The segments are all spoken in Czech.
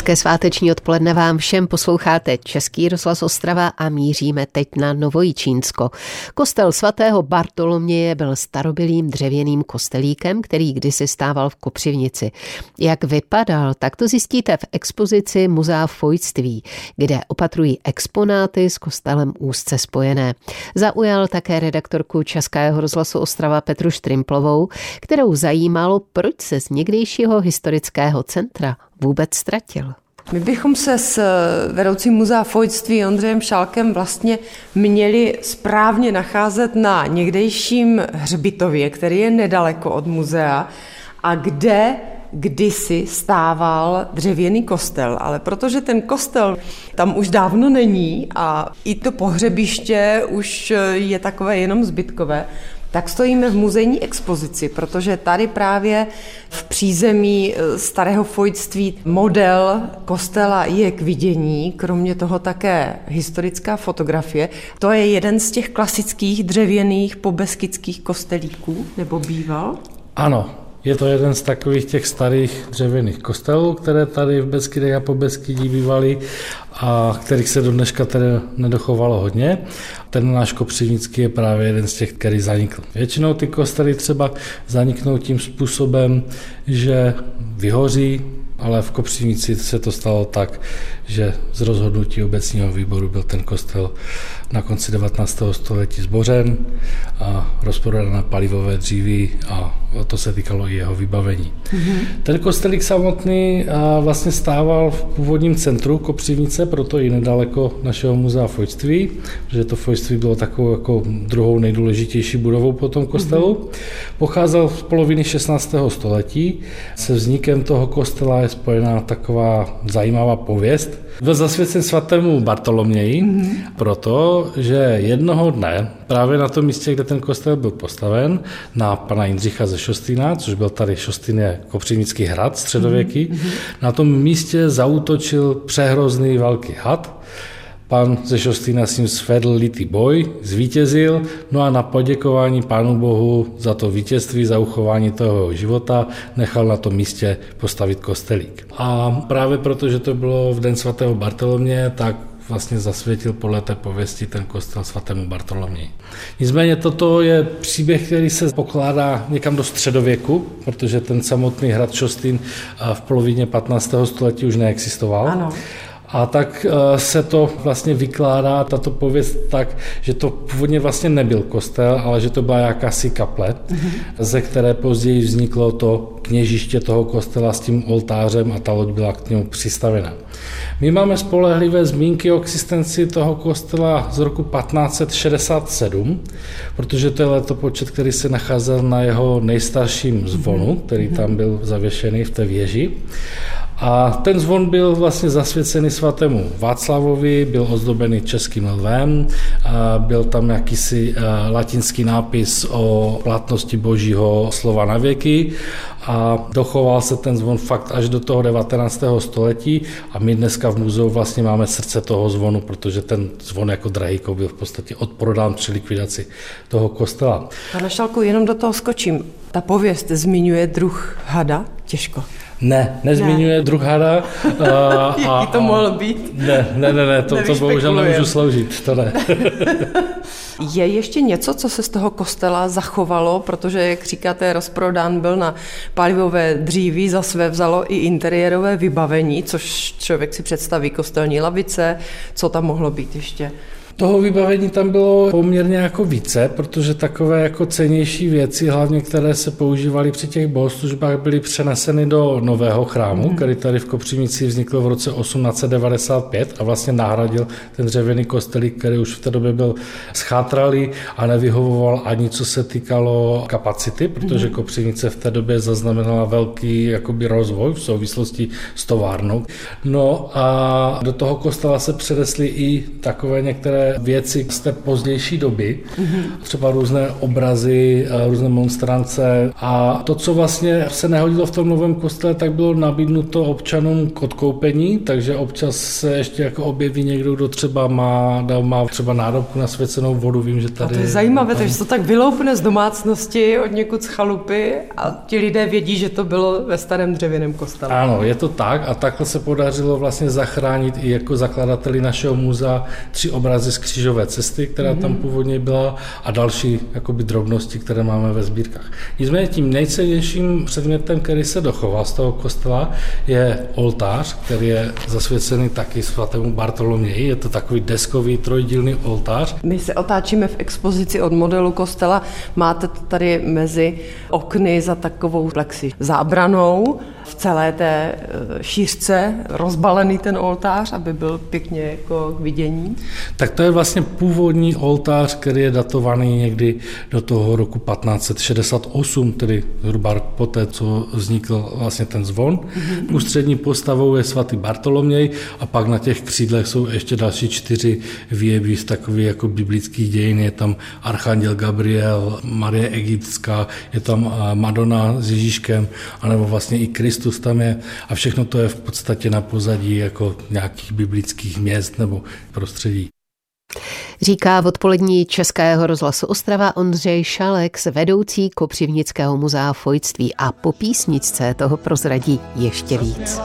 Hezké sváteční odpoledne vám všem, posloucháte Český rozhlas Ostrava a míříme teď na Novojičínsko. Kostel svatého Bartoloměje byl starobylým dřevěným kostelíkem, který kdysi stával v Kopřivnici. Jak vypadal, tak to zjistíte v expozici Muzea Fojtství, kde opatrují exponáty s kostelem úzce spojené. Zaujal také redaktorku Českého rozhlasu Ostrava Petru Štrimplovou, kterou zajímalo, proč se z někdejšího historického centra vůbec ztratil. My bychom se s vedoucím Muzea Fojtství Ondřejem Šálkem vlastně měli správně nacházet na někdejším hřbitově, který je nedaleko od muzea a kde kdysi stával dřevěný kostel, ale protože ten kostel tam už dávno není a i to pohřebiště už je takové jenom zbytkové, tak stojíme v muzejní expozici, protože tady právě v přízemí starého Fojtství model kostela je k vidění, kromě toho také historická fotografie. To je jeden z těch klasických dřevěných pobeskydských kostelíků, nebo býval? Ano. Je to jeden z takových těch starých dřevěných kostelů, které tady v Beskydech a po Beskydí bývaly a kterých se do dneška tedy nedochovalo hodně. Ten náš kopřivnický je právě jeden z těch, který zanikl. Většinou ty kostely třeba zaniknou tím způsobem, že vyhoří, ale v Kopřivnici se to stalo tak, že z rozhodnutí obecního výboru byl ten kostel na konci 19. století zbořen a rozprodan na palivové dříví a to se týkalo i jeho vybavení. Mm-hmm. Ten kostelík samotný vlastně stával v původním centru Kopřivnice, proto i nedaleko našeho muzea Fojtství, protože to Fojtství bylo takovou jako druhou nejdůležitější budovou po tom kostelu. Mm-hmm. Pocházel z poloviny 16. století. Se vznikem toho kostela je spojená taková zajímavá pověst. Byl zasvěcen svatému Bartoloměji, proto, že jednoho dne právě na tom místě, kde ten kostel byl postaven, na pana Jindřicha ze Šostýna, což byl tady Šostýn je kopřivnický hrad středověký, na tom místě zaútočil přehrozný velký had. Pan ze Šostýna s ním svedl litý boj, zvítězil, no a na poděkování Pánu Bohu za to vítězství, za uchování toho života, nechal na tom místě postavit kostelík. A právě proto, že to bylo v den svatého Bartoloměje, tak vlastně zasvětil podle té pověsti ten kostel svatému Bartoloměji. Nicméně toto je příběh, který se pokládá někam do středověku, protože ten samotný hrad Šostýn v polovině 15. století už neexistoval. Ano. A tak se to vlastně vykládá, tato pověst tak, že to původně vlastně nebyl kostel, ale že to byla jakási kaple, ze které později vzniklo to kněžiště toho kostela s tím oltářem a ta loď byla k němu přistavena. My máme spolehlivé zmínky o existenci toho kostela z roku 1567, protože to je letopočet, který se nacházel na jeho nejstarším zvonu, který tam byl zavěšený v té věži. A ten zvon byl vlastně zasvěcený svatému Václavovi, byl ozdobený českým lvem, byl tam jakýsi latinský nápis o platnosti božího slova na věky a dochoval se ten zvon fakt až do toho 19. století a my dneska v muzeu vlastně máme srdce toho zvonu, protože ten zvon jako drahýko byl v podstatě odprodán při likvidaci toho kostela. Pane Šálku, jenom do toho skočím. Ta pověst zmiňuje druh hada? Těžko. Nezmiňuje druh hada. Jaký to mohl být? Ne, to bohužel nemůžu sloužit, to ne. Je ještě něco, co se z toho kostela zachovalo, protože, jak říkáte, rozprodán byl na palivové dříví, za své vzalo i interiérové vybavení, což člověk si představí, kostelní lavice, co tam mohlo být ještě? Toho vybavení tam bylo poměrně jako více, protože takové jako cennější věci, hlavně které se používaly při těch bohoslužbách, byly přeneseny do nového chrámu, který tady v Kopřivnici vznikl v roce 1895 a vlastně nahradil ten dřevěný kostelík, který už v té době byl schátralý a nevyhovoval ani co se týkalo kapacity, protože Kopřivnice v té době zaznamenala velký jakoby rozvoj v souvislosti s továrnou. No a do toho kostela se přenesly i takové některé některé věci z té pozdější doby, třeba různé obrazy, různé monstrance a to, co vlastně se nehodilo v tom novém kostele, tak bylo nabídnuto občanům k odkoupení, takže občas se ještě jako objeví někdo, kdo třeba má třeba nádobku na svěcenou vodu, vím, že tady... A to je zajímavé, takže to tak vyloupne z domácnosti od někud z chalupy a ti lidé vědí, že to bylo ve starém dřevěném kostele. Ano, je to tak a takhle se podařilo vlastně zachránit i jako zakladateli našeho muzea 3 obrazy z křížové cesty, která tam původně byla a další jakoby drobnosti, které máme ve sbírkách. Nicméně tím nejcennějším předmětem, který se dochoval z toho kostela, je oltář, který je zasvěcený taky svatému Bartoloměji. Je to takový deskový trojdílný oltář. My se otáčíme v expozici od modelu kostela. Máte to tady mezi okny za takovou plexi zábranou. V celé té šířce rozbalený ten oltář, aby byl pěkně jako k vidění. Tak to je vlastně původní oltář, který je datovaný někdy do toho roku 1568, tedy zhruba poté, co vznikl vlastně ten zvon. Ústřední postavou je svatý Bartoloměj a pak na těch křídlech jsou ještě další 4 výjeví z takových jako biblických dějin. Je tam archanděl Gabriel, Marie Egyptská, je tam Madonna s Ježíškem, anebo vlastně i Kristus tam je a všechno to je v podstatě na pozadí jako nějakých biblických měst nebo prostředí. Říká v odpolední Českého rozhlasu Ostrava Ondřej Šalek, vedoucí Kopřivnického muzea fojtství a po písničce toho prozradí ještě víc.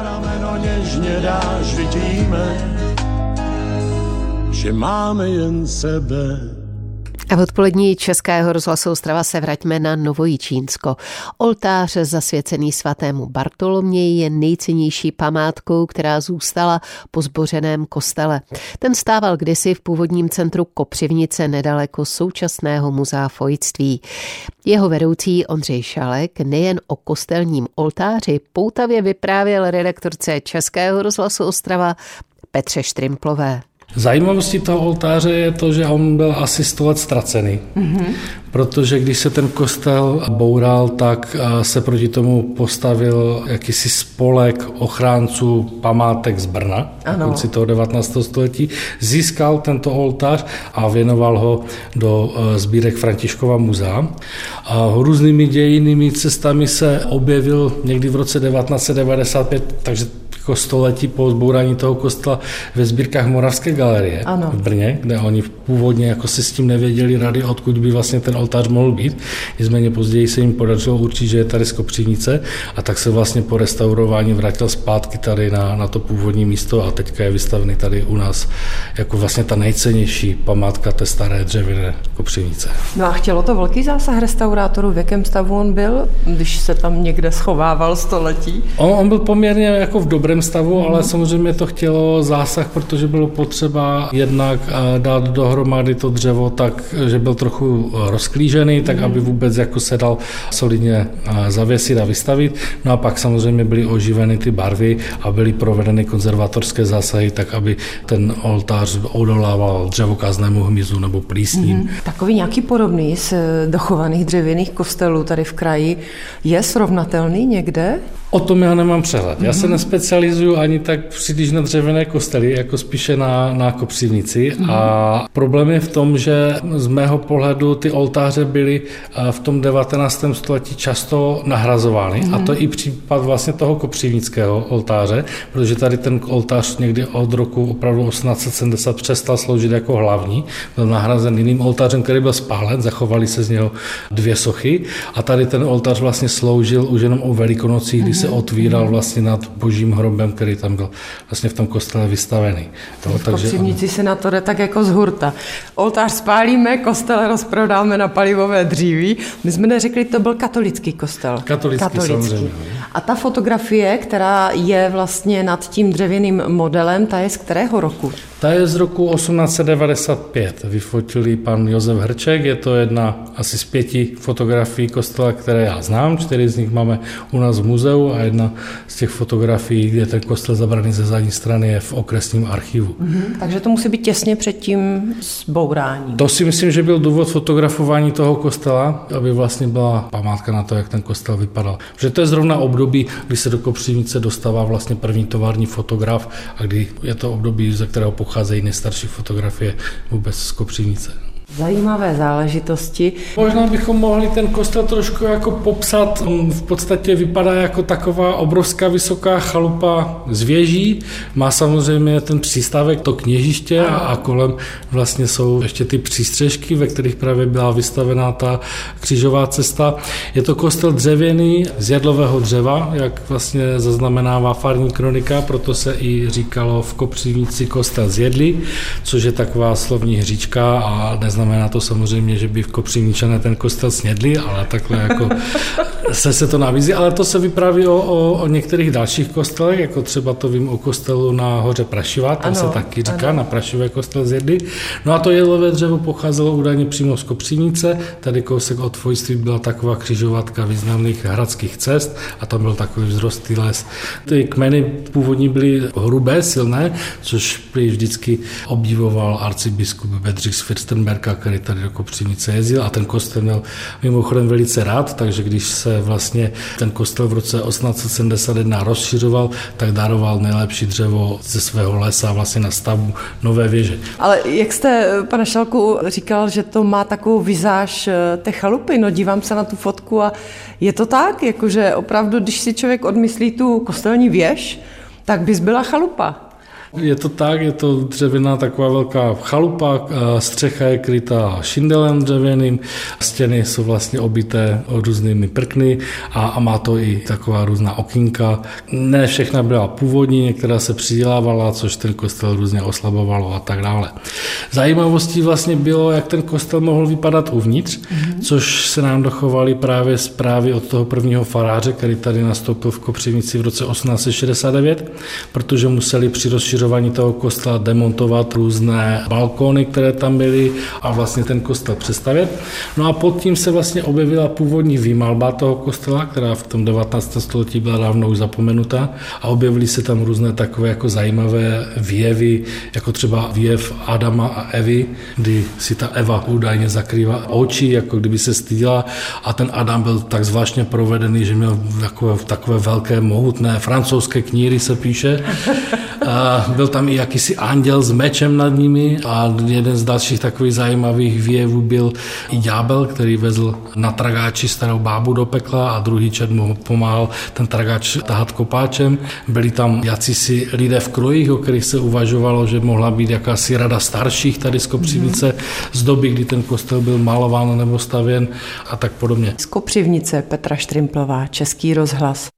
Že máme jen sebe. A v odpolední Českého rozhlasu Ostrava se vraťme na Novojičínsko. Oltář zasvěcený svatému Bartoloměji je nejcennější památkou, která zůstala po zbořeném kostele. Ten stával kdysi v původním centru Kopřivnice nedaleko současného muzea fojtství. Jeho vedoucí Ondřej Šalek nejen o kostelním oltáři poutavě vyprávěl redaktorce Českého rozhlasu Ostrava Petře Štrymplové. Zajímavostí toho oltáře je to, že on byl asi 100 let ztracený, protože když se ten kostel boural, tak se proti tomu postavil jakýsi spolek ochránců památek z Brna na konci toho 19. století, získal tento oltář a věnoval ho do sbírek Františkova muzea. A různými dějinnými cestami se objevil někdy v roce 1995, takže jako století po zbourání toho kostela ve sbírkách Moravské galerie v Brně, kde oni původně jako si s tím nevěděli rady, odkud by vlastně ten oltář mohl být. Nicméně později se jim podařilo určit, že je tady z Kopřivnice a tak se vlastně po restaurování vrátil zpátky tady na to původní místo a teďka je vystavený tady u nás jako vlastně ta nejcennější památka té staré dřevěné Kopřivnice. No a chtělo to velký zásah restaurátorů, v jakém stavu on byl, když se tam někde schovával století? On byl poměrně jako v dobrém stavu, ale samozřejmě to chtělo zásah, protože bylo potřeba jednak dát dohromady to dřevo tak, že byl trochu rozklížený, tak aby vůbec jako se dal solidně zavěsit a vystavit. No a pak samozřejmě byly oživeny ty barvy a byly provedeny konzervatorské zásahy, tak aby ten oltář odolával dřevokaznému hmyzu nebo plísním. Takový nějaký podobný z dochovaných dřevěných kostelů tady v kraji je srovnatelný někde? O tom já nemám přehled. Já se nespecializuju ani tak příliš na dřevěné kostely, jako spíše na Kopřivnici. A problém je v tom, že z mého pohledu ty oltáře byly v tom 19. století často nahrazovány. A to i případ vlastně toho kopřivnického oltáře, protože tady ten oltář někdy od roku opravdu 1870 přestal sloužit jako hlavní. Byl nahrazen jiným oltářem, který byl spálen, zachovaly se z něho 2 sochy. A tady ten oltář vlastně sloužil už jenom o Velikonocích, kdy se otvíral vlastně nad Božím hrobem, který tam byl vlastně v tom kostele vystavený. V Kopřivnici se na to jde tak jako z hurta. Oltář spálíme, kostel rozprodáme na palivové dříví. My jsme neřekli, to byl katolický kostel. Katolický. Samozřejmě. A ta fotografie, která je vlastně nad tím dřevěným modelem, ta je z kterého roku? Ta je z roku 1895. Vyfotil pan Josef Hrček, je to jedna asi z 5 fotografií kostela, které já znám. 4 z nich máme u nás v muzeu a jedna z těch fotografií, kde ten kostel zabraný ze zadní strany, je v okresním archivu. Takže to musí být těsně před tím zbouráním. To si myslím, že byl důvod fotografování toho kostela, aby vlastně byla památka na to, jak ten kostel vypadal. Protože to je zrovna období, kdy se do Kopřivnice dostává vlastně první tovární fotograf a kdy je to období, ze kterého pocházejí nejstarší fotografie vůbec z Kopřivnice. Zajímavé záležitosti. Možná bychom mohli ten kostel trošku jako popsat. On v podstatě vypadá jako taková obrovská vysoká chalupa z věží. Má samozřejmě ten přístavek, to kněžiště a kolem vlastně jsou ještě ty přístřežky, ve kterých právě byla vystavená ta křížová cesta. Je to kostel dřevěný z jedlového dřeva, jak vlastně zaznamenává farní kronika, proto se i říkalo v Kopřivnici kostel z jedli, což je taková slovní hříčka a neznamená to samozřejmě, že by v Kopřivničané ten kostel snědli, ale takhle jako se to nabízí. Ale to se vypráví o některých dalších kostelech, jako třeba to vím o kostelu na hoře Prašiva, tam se taky říká na Prašivě kostel z jedli. No a to jedlové dřevo pocházelo údajně přímo z Kopřivnice, tady kousek od Fojství byla taková křižovatka významných hradských cest a tam byl takový vzrostlý les. Ty kmeny původní byly hrubé, silné, což prý vždycky obdivoval arcibiskup Bedřich z Fürstenberga, který tady do Kopřivnice jezdil a ten kostel měl mimochodem velice rád, takže když se vlastně ten kostel v roce 1871 rozšiřoval, tak daroval nejlepší dřevo ze svého lesa vlastně na stavbu nové věže. Ale jak jste, pane Šalku, říkal, že to má takovou vizáž té chalupy, no dívám se na tu fotku a je to tak, jakože opravdu, když si člověk odmyslí tu kostelní věž, tak bys byla chalupa. Je to tak, je to dřevěná taková velká chalupa, střecha je krytá šindelem dřevěným, stěny jsou vlastně obité různými prkny a má to i taková různá okýnka. Ne všechna byla původní, některá se přidělávala, což ten kostel různě oslabovalo a tak dále. Zajímavostí vlastně bylo, jak ten kostel mohl vypadat uvnitř, což se nám dochovaly právě zprávy od toho prvního faráře, který tady nastoupil v Kopřivnici v roce 1869, protože museli při rozšiřování toho kostela demontovat různé balkóny, které tam byly a vlastně ten kostel přestavět. No a pod tím se vlastně objevila původní výmalba toho kostela, která v tom 19. století byla dávno už zapomenuta a objevily se tam různé takové jako zajímavé výjevy, jako třeba výjev Adama a Evy, kdy si ta Eva údajně zakrývá oči, jako kdyby se styděla a ten Adam byl tak zvláštně provedený, že měl takové velké, mohutné francouzské kníry se píše. Byl tam i jakýsi anděl s mečem nad nimi a jeden z dalších takových zajímavých výjevů byl i ďábel, který vezl na tragáči starou bábu do pekla a druhý čert mu pomáhal ten tragáč tahat kopáčem. Byli tam jacísi lidé v krojích, o kterých se uvažovalo, že mohla být jakási rada starších tady z Kopřivnice z doby, kdy ten kostel byl malován nebo stavěn a tak podobně. Z Kopřivnice Petra Štrimplová, Český rozhlas.